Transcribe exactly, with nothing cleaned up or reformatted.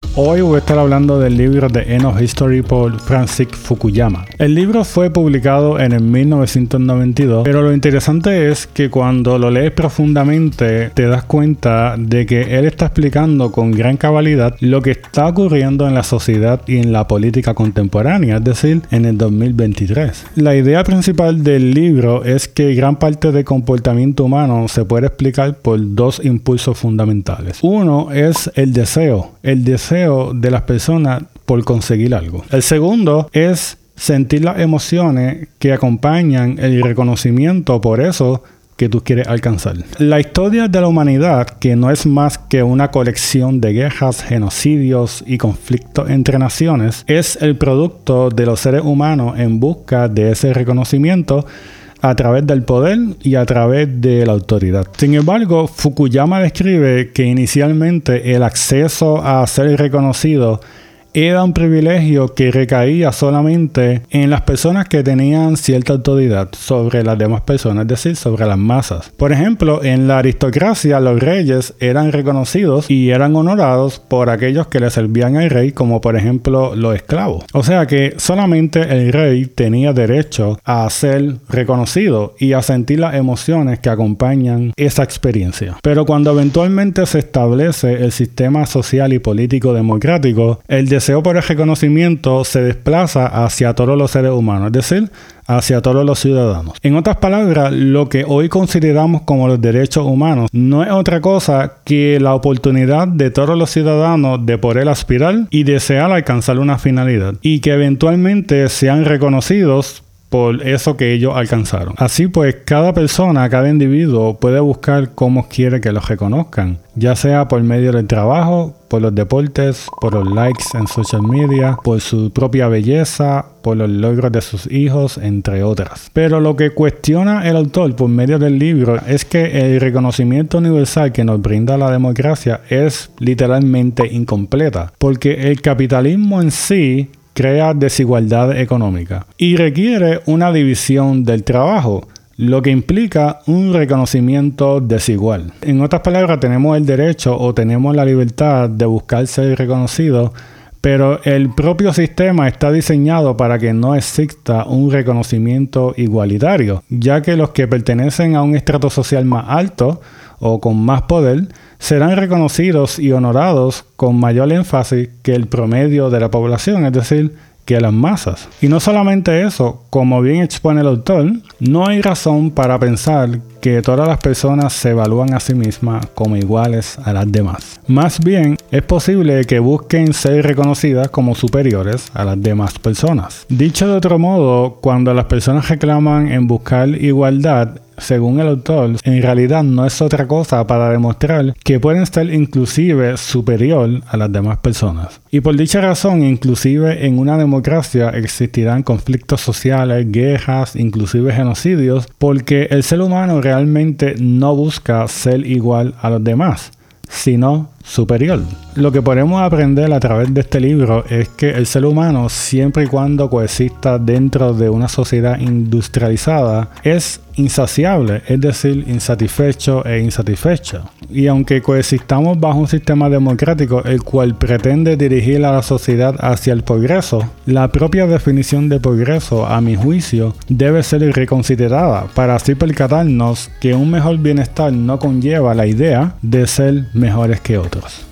Hoy voy a estar hablando del libro The End of History por Francis Fukuyama. El libro fue publicado en el mil novecientos noventa y dos, pero lo interesante es que cuando lo lees profundamente te das cuenta de que él está explicando con gran cabalidad lo que está ocurriendo en la sociedad y en la política contemporánea, es decir, en el dos mil veintitrés. La idea principal del libro es que gran parte del comportamiento humano se puede explicar por dos impulsos fundamentales. Uno es el deseo, el deseo de las personas por conseguir algo. El segundo es sentir las emociones que acompañan el reconocimiento por eso que tú quieres alcanzar. La historia de la humanidad, que no es más que una colección de guerras, genocidios y conflictos entre naciones, es el producto de los seres humanos en busca de ese reconocimiento a través del poder y a través de la autoridad. Sin embargo, Fukuyama describe que inicialmente el acceso a ser reconocido era un privilegio que recaía solamente en las personas que tenían cierta autoridad sobre las demás personas, es decir, sobre las masas. Por ejemplo, en la aristocracia, los reyes eran reconocidos y eran honorados por aquellos que le servían al rey, como por ejemplo los esclavos. O sea que solamente el rey tenía derecho a ser reconocido y a sentir las emociones que acompañan esa experiencia. Pero cuando eventualmente se establece el sistema social y político democrático, el El deseo por el reconocimiento se desplaza hacia todos los seres humanos, es decir, hacia todos los ciudadanos. En otras palabras, lo que hoy consideramos como los derechos humanos no es otra cosa que la oportunidad de todos los ciudadanos de poder aspirar y desear alcanzar una finalidad y que eventualmente sean reconocidos por eso que ellos alcanzaron. Así pues, cada persona, cada individuo puede buscar cómo quiere que los reconozcan, ya sea por medio del trabajo, por los deportes, por los likes en social media, por su propia belleza, por los logros de sus hijos, entre otras. Pero lo que cuestiona el autor por medio del libro es que el reconocimiento universal que nos brinda la democracia es literalmente incompleta, porque el capitalismo en sí crea desigualdad económica y requiere una división del trabajo, lo que implica un reconocimiento desigual. En otras palabras, tenemos el derecho o tenemos la libertad de buscar ser reconocidos, pero el propio sistema está diseñado para que no exista un reconocimiento igualitario, ya que los que pertenecen a un estrato social más alto o con más poder serán reconocidos y honorados con mayor énfasis que el promedio de la población, es decir, que las masas. Y no solamente eso, como bien expone el autor, no hay razón para pensar que todas las personas se evalúan a sí mismas como iguales a las demás. Más bien, es posible que busquen ser reconocidas como superiores a las demás personas. Dicho de otro modo, cuando las personas reclaman en buscar igualdad, según el autor, en realidad no es otra cosa para demostrar que pueden ser inclusive superior a las demás personas. Y por dicha razón, inclusive en una democracia existirán conflictos sociales, guerras, inclusive genocidios, porque el ser humano realmente no busca ser igual a los demás, sino superior. Lo que podemos aprender a través de este libro es que el ser humano, siempre y cuando coexista dentro de una sociedad industrializada, es insaciable, es decir, insatisfecho e insatisfecho. Y aunque coexistamos bajo un sistema democrático el cual pretende dirigir a la sociedad hacia el progreso, la propia definición de progreso, a mi juicio, debe ser reconsiderada para así percatarnos que un mejor bienestar no conlleva la idea de ser mejores que otros.